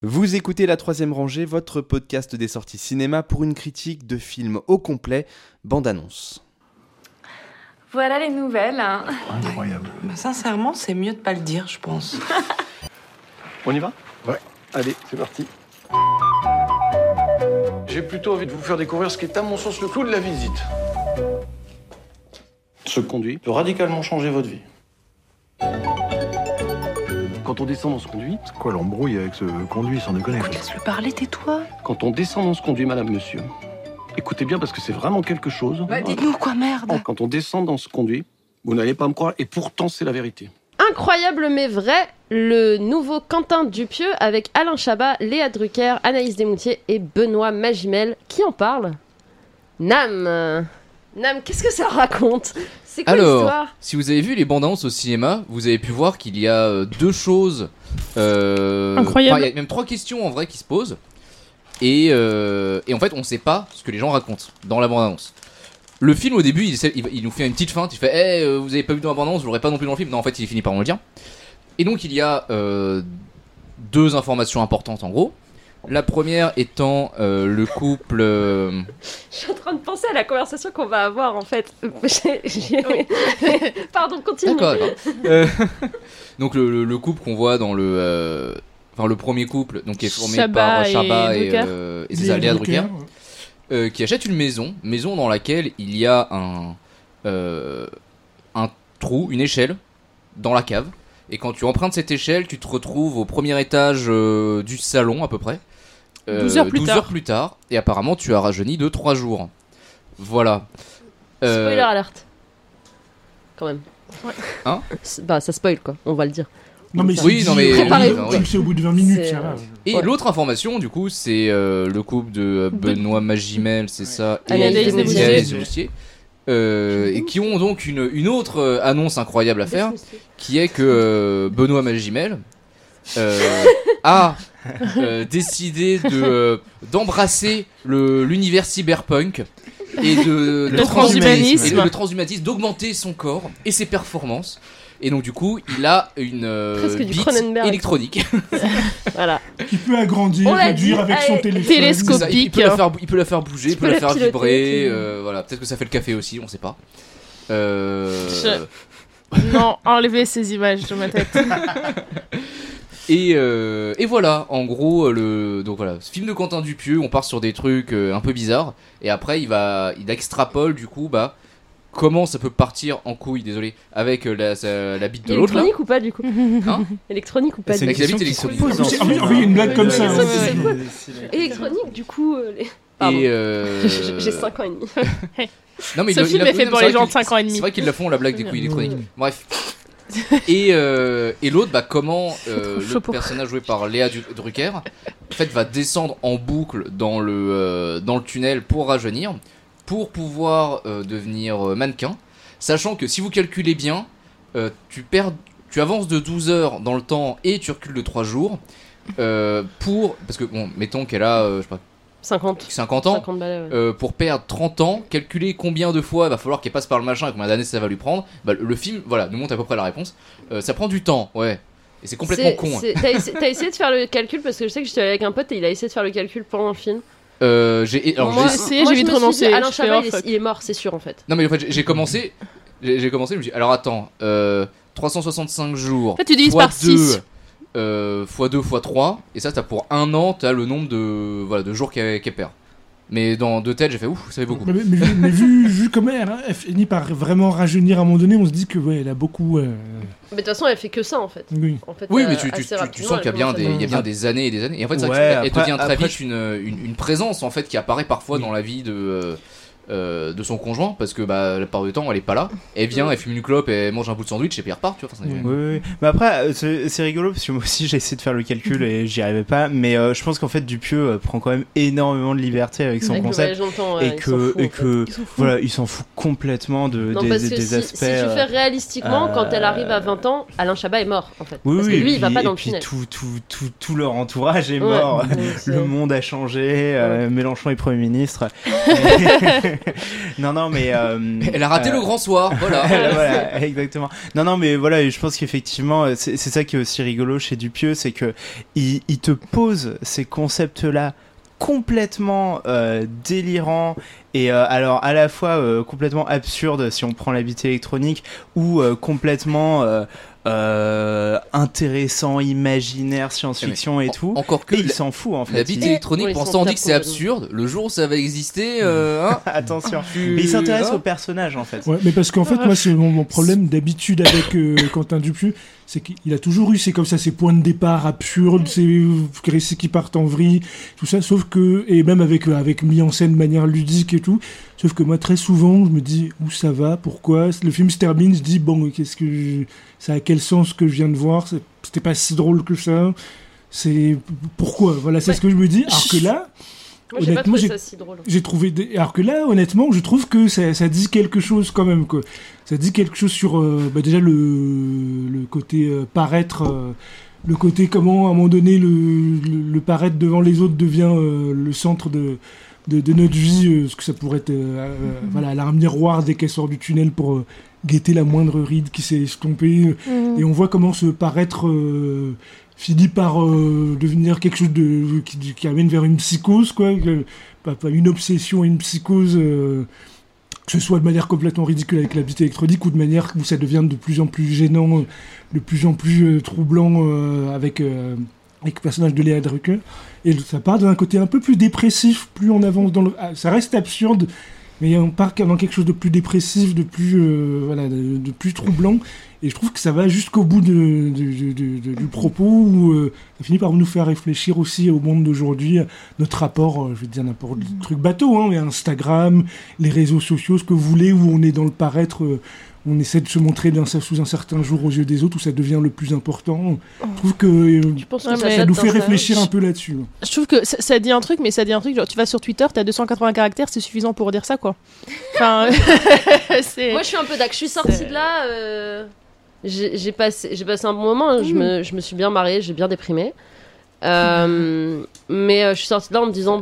Vous écoutez La Troisième Rangée, votre podcast des sorties cinéma pour une critique de film au complet, bande-annonce. Voilà les nouvelles. Incroyable. Bah, sincèrement, c'est mieux de pas le dire, je pense. On y va ? Ouais. Allez, c'est parti. J'ai plutôt envie de vous faire découvrir ce qui est à mon sens le clou de la visite. Ce conduit peut radicalement changer votre vie. Quand on descend dans ce conduit, C'est quoi l'embrouille avec ce conduit, sans déconner? Laisse-le parler, tais-toi. quand on descend dans ce conduit, madame, monsieur, écoutez bien parce que c'est vraiment quelque chose. Bah, dites-nous quoi, merde. Quand on descend dans ce conduit, vous n'allez pas me croire, et pourtant c'est la vérité. Incroyable mais vrai, le nouveau Quentin Dupieux avec Alain Chabat, Léa Drucker, Anaïs Desmoutiers et Benoît Magimel. Qui en parle ? Nam, qu'est-ce que ça raconte ? C'est quoi Alors, l'histoire ? si vous avez vu les bandes annonces au cinéma, vous avez pu voir qu'il y a deux choses. Incroyable. Il y a même trois questions en vrai qui se posent. Et en fait, on sait pas ce que les gens racontent dans la bande annonce. Le film au début, il nous fait une petite feinte. Il fait vous avez pas vu dans la bande annonce, vous l'aurez pas non plus dans le film. Non, en fait, il finit par nous le dire. Et donc, il y a deux informations importantes en gros. La première étant le couple. Je suis en train de penser à la conversation qu'on va avoir en fait. Pardon, continue. D'accord. Donc le couple qu'on voit dans le premier couple, donc qui est formé par Chabat et c'est ça, Léa Drucker, qui achète une maison dans laquelle il y a un trou, une échelle dans la cave. Et quand tu empruntes cette échelle, tu te retrouves au premier étage du salon à peu près. 12 heures plus tard. Et apparemment, tu as rajeuni de 3 jours. Voilà. Spoiler alert. Quand même. Ouais. Hein ? Bah ça spoil quoi, on va le dire. Non mais Oui, non, mais- Préparez-vous. oui. c'est au bout de 20 minutes, C'est- ça va. Et Ouais. l'autre information, du coup, c'est le couple de Benoît Magimel, c'est ça, et Anaïs Desmoutiers. Anaïs Desmoutiers, et qui ont donc une autre annonce incroyable à faire, qui est que Benoît Magimel a décidé d'embrasser l'univers cyberpunk et Le transhumanisme. et le transhumanisme, d'augmenter son corps et ses performances. Et donc du coup, il a une Presque du bite Cronenberg. électronique. Voilà. Qui peut agrandir, On l'a réduire dit, avec son allez, téléphone. télescope. C'est ça, il peut la faire bouger, il peut la la faire piloter, vibrer, tu- voilà, peut-être que ça fait le café aussi, on sait pas. Non, enlevez ces images de ma tête. Et voilà, en gros, donc voilà, ce film de Quentin Dupieux, on part sur des trucs un peu bizarres, et après il extrapole du coup, comment ça peut partir en couille, désolé, avec la bite de l'autre là. Électronique ou pas du coup ? Hein Électronique ou pas C'est du une Avec la question bite qui se électronique. pose. Ah oui, il y a une blague comme ça. Ouais, hein. ouais, coup Électronique du coup. Pardon. Et J'ai 5 ans et demi. Non, mais Ce film est fait pour les gens de 5 ans et demi. C'est vrai qu'ils la font la blague des couilles électroniques. Bref. Et l'autre, comment le Chapeau. personnage joué par Léa Drucker en fait va descendre en boucle dans le tunnel pour rajeunir, pour pouvoir devenir mannequin, sachant que si vous calculez bien, tu avances de 12 heures dans le temps et tu recules de 3 jours parce que bon, mettons qu'elle a je sais pas 50 50 ans. 50 balais, ouais. Pour perdre 30 ans, calculer combien de fois il va falloir qu'elle passe par le machin et combien d'années ça va lui prendre, le film voilà, nous montre à peu près la réponse. Ça prend du temps, ouais. Et c'est complètement con. Hein. T'as essayé de faire le calcul parce que je sais que j'étais allé avec un pote et il a essayé de faire le calcul pendant le film. J'ai essayé, j'ai vite je me suis renoncé, dit, Alain je fais, Chabat, oh, fuck. il est mort, c'est sûr en fait. Non mais en fait j'ai commencé, je me dis alors attends, 365 jours. En fait, tu divises fois par 6. fois 2 fois 3 et ça t'as pour un an, t'as le nombre de jours qu'elle perd. Mais dans deux têtes, j'ai fait ouf, ça fait beaucoup. Mais vu comme elle finit par vraiment rajeunir à un moment donné, on se dit que ouais, elle a beaucoup. Mais de toute façon, elle fait que ça en fait. Oui. En fait Oui, mais tu assez rapidement, sens qu'il y a bien, elle commence à- il y a bien des années et des années. Et en fait, c'est vrai Ouais, que elle après- devient très après, vite une présence en fait qui apparaît parfois dans la vie de son conjoint parce que la plupart du temps elle est pas là. Elle vient, elle fume une clope, elle mange un bout de sandwich et puis elle repart. Tu vois, enfin, Ouais. Oui. Mais après, c'est rigolo parce que moi aussi j'ai essayé de faire le calcul et j'y arrivais pas. Mais je pense qu'en fait Dupieux prend quand même énormément de liberté avec son Avec le concept voyage dans le temps, ouais, et ils s'en foutent, en fait. voilà, il s'en fout complètement Non, parce que des aspects. si tu fais réalistiquement, quand elle arrive à 20 ans, Alain Chabat est mort en fait. Parce que lui, il va pas dans le tunnel. Tout leur entourage est Ouais, mort. donc, Le monde a changé. Ouais. Mélenchon est Premier ministre. Non, mais Elle a raté le grand soir, voilà. voilà, exactement. Non, mais voilà, je pense qu'effectivement, c'est ça qui est aussi rigolo chez Dupieux, c'est que il te pose ces concepts-là complètement délirants et alors à la fois complètement absurdes si on prend la bite électronique ou complètement intéressant, imaginaire, science-fiction et tout. Encore que et il s'en fout en fait. La bite électronique, pour l'instant on dit que c'est absurde. Le jour où ça va exister, hein. Attention. Mais il s'intéresse au personnage en fait. Ouais, mais parce qu'en fait, moi, c'est mon problème d'habitude avec Quentin Dupieux, c'est qu'il a toujours eu, c'est comme ça, ses points de départ absurdes, ses récits qui partent en vrille, tout ça, sauf que, et même avec mis en scène de manière ludique et tout, sauf que moi, très souvent, je me dis, où ça va, pourquoi, le film se termine, je dis, bon, ça a quel sens que je viens de voir, c'était pas si drôle que ça, c'est, pourquoi, voilà, c'est ce que je me dis, alors que là, moi, j'ai pas trouvé ça si drôle. J'ai trouvé alors que là, honnêtement, je trouve que ça dit quelque chose quand même, quoi. Ça dit quelque chose sur déjà le côté paraître, le côté comment à un moment donné le paraître devant les autres devient le centre de notre vie, ce que ça pourrait être voilà, la miroir dès qu'elle sort du tunnel pour guetter la moindre ride qui s'est estompée, et on voit comment ce paraître finit par devenir quelque chose qui amène vers une psychose, quoi, pas une obsession et une psychose, que ce soit de manière complètement ridicule avec la bite électronique ou de manière où ça devient de plus en plus gênant, de plus en plus troublant avec le personnage de Léa Drucker. Et ça part d'un côté un peu plus dépressif, plus on avance ça reste absurde, mais on part dans quelque chose de plus dépressif, de plus de plus troublant. Et je trouve que ça va jusqu'au bout du propos, où ça finit par nous faire réfléchir aussi au monde d'aujourd'hui, notre rapport, je vais dire n'importe quel truc bateau, hein, mais Instagram, les réseaux sociaux, ce que vous voulez, où on est dans le paraître, on essaie de se montrer sous un certain jour aux yeux des autres, où ça devient le plus important. Je trouve que, ça nous fait réfléchir un peu là-dessus. Je trouve que ça dit un truc, mais ça dit un truc, genre tu vas sur Twitter, t'as 280 caractères, c'est suffisant pour dire ça, quoi. Enfin, moi je suis un peu d'accord, je suis sortie de là... J'ai passé un bon moment, hein. Je me suis bien marrée, j'ai bien déprimé. Mais je suis sortie de là en me disant,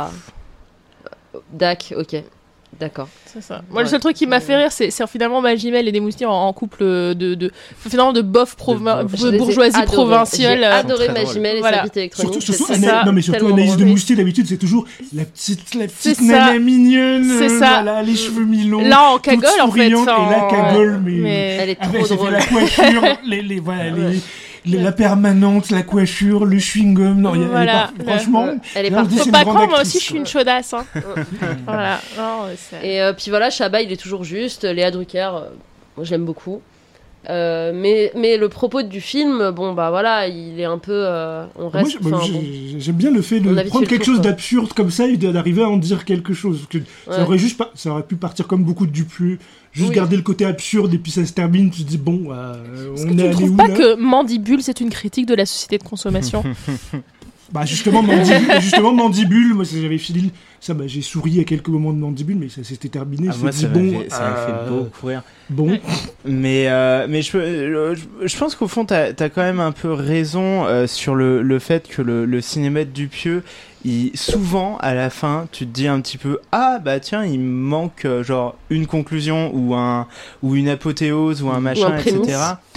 ok, d'accord. C'est ça. Moi, le seul truc qui m'a fait rire, c'est finalement Magimel et Desmoustiers en couple finalement de bourgeoisie provinciale. J'ai adoré Magimel et sa bite électronique. Surtout Anaïs Desmoustiers, d'habitude, c'est toujours la petite nana mignonne, voilà, les cheveux mi-longs, là en cagole en fait. Et la cagole, mais elle est trop drôle. La coiffure, la permanente, la coiffure, le chewing-gum. Non, franchement, elle est partout. Faut pas croire, moi aussi je suis une chaudasse. Hein. Voilà. Et puis voilà, Chabat, il est toujours juste. Léa Drucker, moi j'aime beaucoup. Mais le propos du film, il est un peu. On reste. J'aime bien le fait de prendre quelque chose d'absurde comme ça et d'arriver à en dire quelque chose. Ça aurait pu partir comme beaucoup de Dupieux. Juste garder le côté absurde et puis ça se termine, tu te dis on est allé où là ? Tu trouves pas que Mandibule c'est une critique de la société de consommation ? Justement Mandibule, moi j'avais fini ça, j'ai souri à quelques moments de Mandibule, mais ça s'était terminé. Moi ça m'a fait beaucoup rire. Bon, mais je pense qu'au fond t'as quand même un peu raison sur le fait que le cinéma de Dupieux, souvent à la fin tu te dis un petit peu tiens, il me manque genre une conclusion ou une apothéose ou un machin, etc.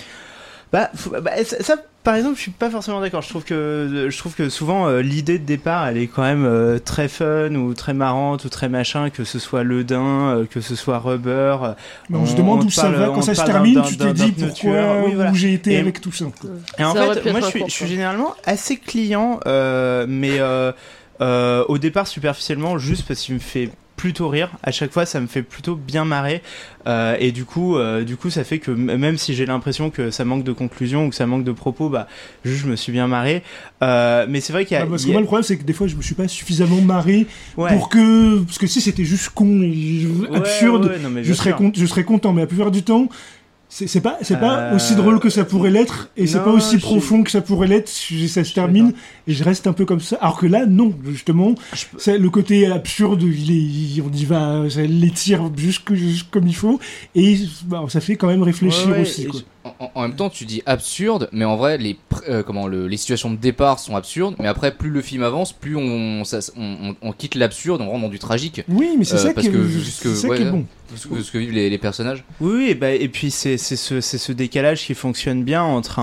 Ça par exemple, je suis pas forcément d'accord. Je trouve que souvent l'idée de départ, elle est quand même très fun ou très marrante ou très machin, que ce soit Le Dain, que ce soit Rubber. Mais on se demande où ça va quand ça se termine. Tu t'es dit pourquoi, où j'ai été avec tout ça. Et en fait, moi, je suis généralement assez client, mais au départ superficiellement, juste parce qu'il me fait plutôt rire. À chaque fois, ça me fait plutôt bien marrer. Et du coup, ça fait que même si j'ai l'impression que ça manque de conclusion ou que ça manque de propos, juste je me suis bien marré. Mais c'est vrai qu'il y a... Parce que moi, le problème, c'est que des fois, je me suis pas suffisamment marré parce que si c'était juste con et absurde, je serais content. Mais la plupart du temps, c'est pas aussi drôle que ça pourrait l'être, et c'est pas aussi profond que ça pourrait l'être. Ça se termine et je reste un peu comme ça. Alors que là, non, justement, c'est le côté absurde. On y va, ça l'étire juste comme il faut, et ça fait quand même réfléchir aussi. En même temps, tu dis absurde, mais en vrai, les situations de départ sont absurdes, mais après, plus le film avance, plus on quitte l'absurde, on rentre dans du tragique. Oui, mais c'est ça parce qui que est bon. Ce que vivent les personnages. Oui, bah, et puis c'est ce décalage qui fonctionne bien entre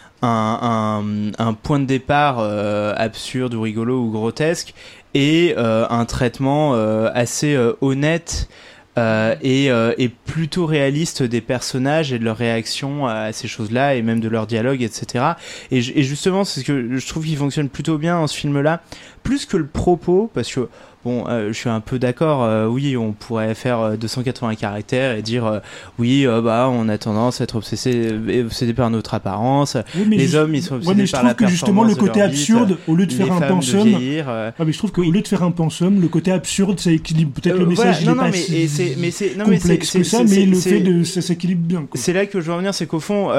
un point de départ absurde ou rigolo ou grotesque et un traitement assez honnête et plutôt réaliste des personnages et de leurs réactions à ces choses-là et même de leurs dialogues, etc. Et justement, c'est ce que je trouve qui fonctionne plutôt bien dans ce film-là, plus que le propos, parce que bon, je suis un peu d'accord, oui, on pourrait faire 280 caractères et dire oui, bah, on a tendance à être obsédé par notre apparence. Oui, les hommes, ils sont obsédés par la performance. Justement, le côté absurde, au lieu de faire un pensum, mais je trouve qu'au lieu de faire un pensum, le côté absurde, ça équilibre peut-être le message. Voilà, il est pas complexe que ça, mais le fait de ça s'équilibre bien. Quoi. C'est là que je veux en venir, c'est qu'au fond,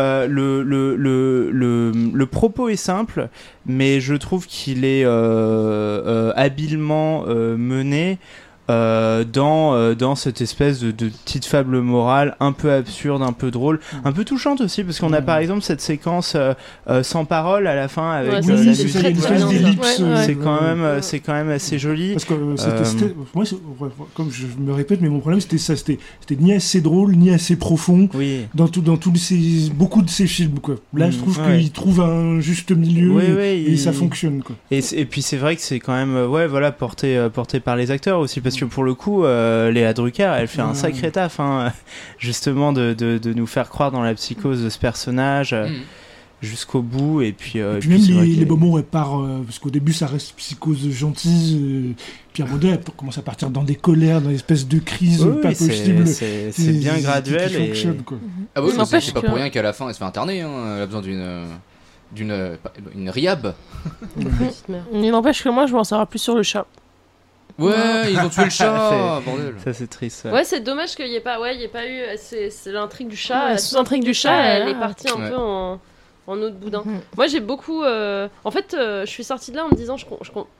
le propos est simple, mais je trouve qu'il est habilement mené dans cette espèce de petite fable morale un peu absurde, un peu drôle, un peu touchante aussi, parce qu'on a par exemple cette séquence sans parole à la fin avec la musique. C'est quand même assez joli. Parce que moi, comme je me répète, mais mon problème c'était ni assez drôle ni assez profond dans beaucoup de ces films, quoi. Là, je trouve qu'il trouve un juste milieu et ça fonctionne, quoi. Et puis c'est vrai que c'est quand même porté par les acteurs aussi, parce que pour le coup, Léa Drucker, elle fait un sacré taf, hein, justement de nous faire croire dans la psychose de ce personnage jusqu'au bout. Et puis même les moments où elle part, parce qu'au début ça reste psychose gentille, puis à un moment donné elle commence à partir dans des colères, dans une espèce de crise pas possible. C'est bien graduel. Qui fonctionne, quoi. Ah oui, c'est pas pour rien qu'à la fin elle se fait interner, hein. Elle a besoin d'une rehab. Il n'empêche que moi je m'en saurai plus sur le chat. Ouais, ils ont tué le chat, bordel. Ça c'est triste. Ouais, c'est dommage qu'il y ait pas eu c'est l'intrigue du chat. La sous-intrigue du chat, elle est partie un peu en autre boudin. Moi, j'ai beaucoup en fait, je suis sortie de là en me disant je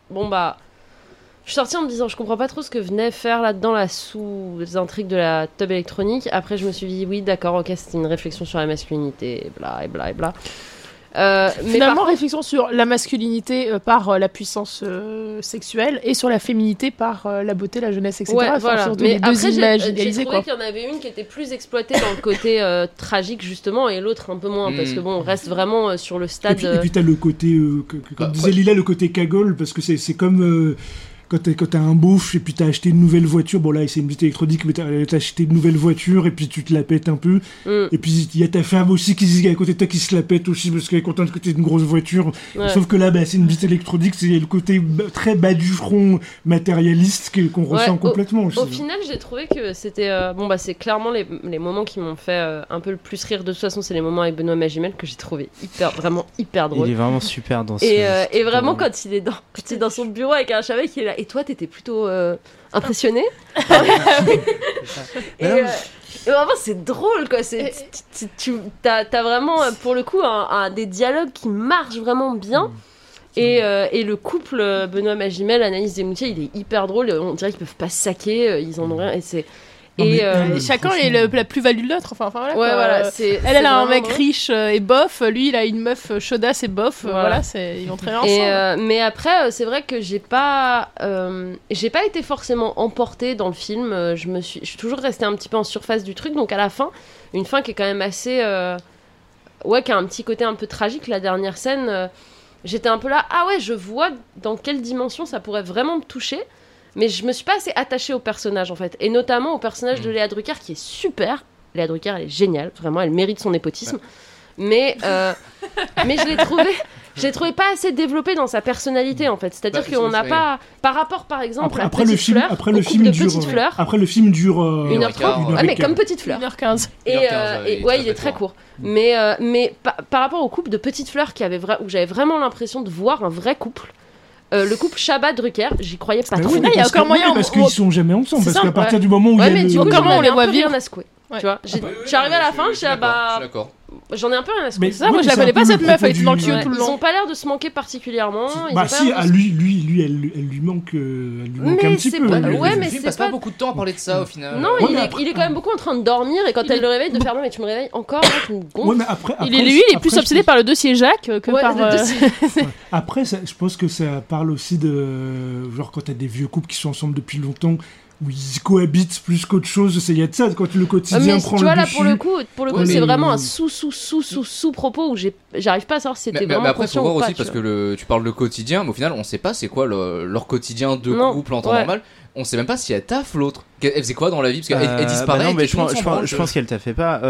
suis sortie en me disant je comprends pas trop ce que venait faire là-dedans la sous-intrigue de la tub électronique. Après, je me suis dit oui, d'accord, OK, c'était une réflexion sur la masculinité et bla et bla et bla. Finalement, réflexion sur la masculinité par la puissance sexuelle et sur la féminité par la beauté, la jeunesse, etc. Ouais, voilà. Surtout mais les deux après, images j'ai idéalisées, trouvé quoi. qu'il y en avait une qui était plus exploitée dans le côté tragique justement et l'autre un peu moins parce que bon, on reste vraiment sur le stade. Et puis t'as le côté, comme disait Lila, le côté cagole, parce que c'est comme quand t'as un beauf et puis t'as acheté une nouvelle voiture, bon là c'est une petite électronique, mais t'as acheté une nouvelle voiture et puis tu te la pètes un peu, et puis il y a ta femme aussi qui est à côté de toi qui se la pète aussi parce qu'elle est contente que t'aies une grosse voiture, sauf que là c'est une petite électronique, c'est le côté très bas du front matérialiste qu'on ressent complètement aussi. Au final j'ai trouvé que c'était c'est clairement les moments qui m'ont fait un peu le plus rire. De toute façon c'est les moments avec Benoît Magimel que j'ai trouvé vraiment hyper drôle. Il est vraiment super dans et vraiment quand il est dans son bureau avec un chavet qui est là. Et toi, t'étais plutôt impressionné. Et vraiment, c'est drôle, quoi. T'as vraiment, pour le coup, des dialogues qui marchent vraiment bien. Et le couple Benoît Magimel, Anaïs Desmoutiers, il est hyper drôle. On dirait qu'ils peuvent pas se saquer, ils en ont rien. Et chacun est la plus-value de l'autre. Enfin voilà. Ouais, voilà. Elle a un mec riche et bof. Lui, il a une meuf chaudasse et bof. Voilà, ils vont très bien ensemble. Mais après, c'est vrai que j'ai pas été forcément emportée dans le film. Je suis toujours restée un petit peu en surface du truc. Donc à la fin, une fin qui est quand même assez, qui a un petit côté un peu tragique. La dernière scène, j'étais un peu là. Ah ouais, je vois dans quelle dimension ça pourrait vraiment me toucher. Mais je me suis pas assez attachée au personnage en fait, et notamment au personnage de Léa Drucker qui est super. Léa Drucker, elle est géniale, vraiment, elle mérite son népotisme. Mais je l'ai trouvé pas assez développé dans sa personnalité en fait. C'est-à-dire qu'on n'a pas, par rapport par exemple à Petite Fleur, après le film dure 1h30, mais comme Petite Fleur. 1h15. Et ouais, il est très court. Mais par rapport au couple de Petite Fleur où j'avais vraiment l'impression de voir un vrai couple. Le couple Chabat-Drucker, j'y croyais pas trop. Il y a encore moyen parce qu'ils sont jamais ensemble. Parce qu'à partir du moment où il y a mais du coup, comment on les voit vivre à secouer. Tu vois, je suis arrivée à la fin, je suis d'accord. J'en ai un peu rien à se Mais ça, moi je la connais pas cette meuf, elle était dans le tuyau tout le long. Ils ont pas l'air de se manquer particulièrement. Lui, elle lui manque un petit peu. Ouais, mais le film passe pas beaucoup de temps à parler de ça au final. Non, il est quand même beaucoup en train de dormir et quand elle le réveille, de faire non, mais tu me réveilles encore, tu me gonfles. Ouais, mais après, il est plus obsédé par le dossier Jacques que par. Après, je pense que ça parle aussi de genre quand t'as des vieux couples qui sont ensemble depuis longtemps. Où ils cohabitent plus qu'autre chose, il y a de ça quand le quotidien prend le dessus. Tu vois là pour le coup c'est vraiment un sous-propos où j'arrive pas à savoir si c'était vraiment mais après conscient faut voir ou pas, aussi parce que tu parles de quotidien mais au final on sait pas c'est quoi leur quotidien de couple en temps normal. On sait même pas si elle taffe l'autre. Elle faisait quoi dans la vie parce qu'elle disparaît. Non, mais je pense qu'elle taffait pas.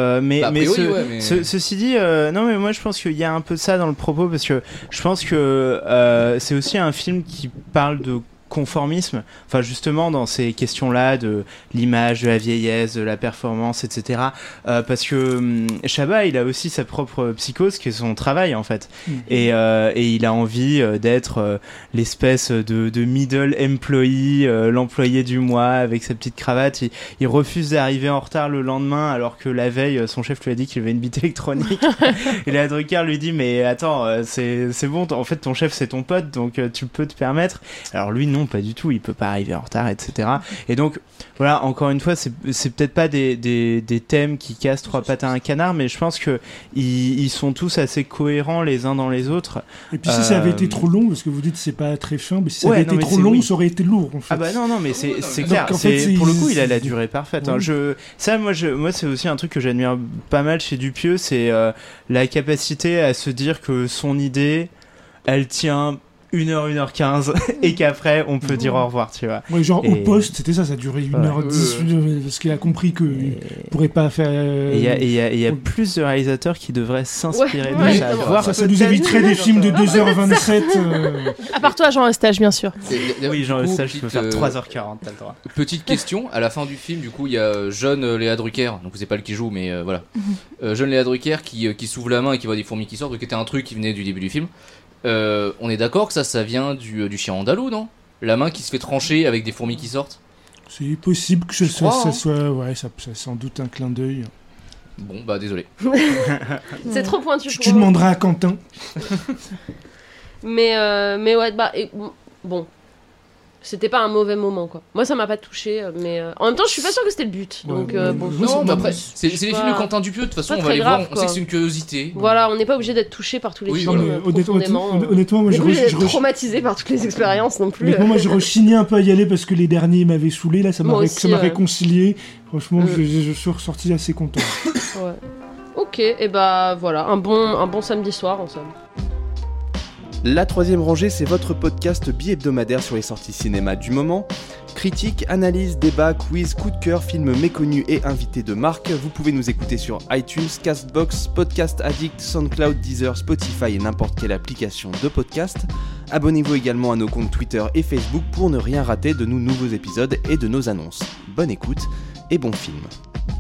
Ceci dit, non mais moi je pense qu'il y a un peu de ça dans le propos parce que je pense que c'est aussi un film qui parle de conformisme, enfin justement dans ces questions-là de l'image, de la vieillesse, de la performance, etc. Parce que Chabat, il a aussi sa propre psychose qui est son travail en fait, et il a envie d'être l'espèce de middle employee, l'employé du mois avec sa petite cravate. Il refuse d'arriver en retard le lendemain alors que la veille son chef lui a dit qu'il avait une bite électronique. Et Léa Drucker lui dit mais attends, c'est bon, en fait ton chef c'est ton pote donc tu peux te permettre. Alors lui non, pas du tout, il peut pas arriver en retard, etc. Et donc voilà, encore une fois, c'est peut-être pas des thèmes qui cassent trois pattes à un canard, mais je pense que ils sont tous assez cohérents les uns dans les autres. Et puis si ça avait été trop long, parce que vous dites c'est pas très fin, mais si ça avait été trop long, ça aurait été lourd en fait. Ah bah non, mais c'est clair. Donc, en fait, pour le coup, il a la durée parfaite. Hein. Moi, c'est aussi un truc que j'admire pas mal chez Dupieux, c'est la capacité à se dire que son idée, elle tient 1h15 et qu'après on peut dire au revoir, tu vois. Ouais, genre au poste, c'était ça durait 1h10 parce qu'il a compris qu'il pourrait pas faire. Il y a plus de réalisateurs qui devraient s'inspirer de ça. Ça nous éviterait des films de 2h27. À part toi, Jean Eustache, bien sûr. Oui, Jean Eustache, je peux faire 3h40, t'as le droit. Petite question, à la fin du film, du coup, il y a jeune Léa Drucker, donc vous savez pas le qui joue, mais voilà. Jeune Léa Drucker qui s'ouvre la main et qui voit des fourmis qui sortent, qui était un truc qui venait du début du film. On est d'accord que ça vient du chien andalou, non? La main qui se fait trancher avec des fourmis qui sortent. C'est possible que ça soit ouais, ça sans doute un clin d'œil. Bon bah désolé. C'est trop pointu. Tu demanderas à Quentin. mais ouais bon. C'était pas un mauvais moment quoi. Moi ça m'a pas touché mais en même temps je suis pas sûre que c'était le but. Donc bon. Non, mais après c'est les films de Quentin Dupieux, de toute façon on va les voir, on sait que c'est une curiosité. Voilà, on n'est pas obligé d'être touché par tous les films. Honnêtement moi je traumatisé par toutes les expériences non plus. Honnêtement moi je rechignais un peu à y aller parce que les derniers m'avaient saoulé, là ça m'a réconcilié. Franchement je suis ressorti assez content. Ouais. OK, et bah voilà, un bon samedi soir en somme. La troisième rangée, c'est votre podcast bi-hebdomadaire sur les sorties cinéma du moment. Critiques, analyses, débats, quiz, coup de cœur, films méconnus et invités de marque. Vous pouvez nous écouter sur iTunes, Castbox, Podcast Addict, SoundCloud, Deezer, Spotify et n'importe quelle application de podcast. Abonnez-vous également à nos comptes Twitter et Facebook pour ne rien rater de nos nouveaux épisodes et de nos annonces. Bonne écoute et bon film.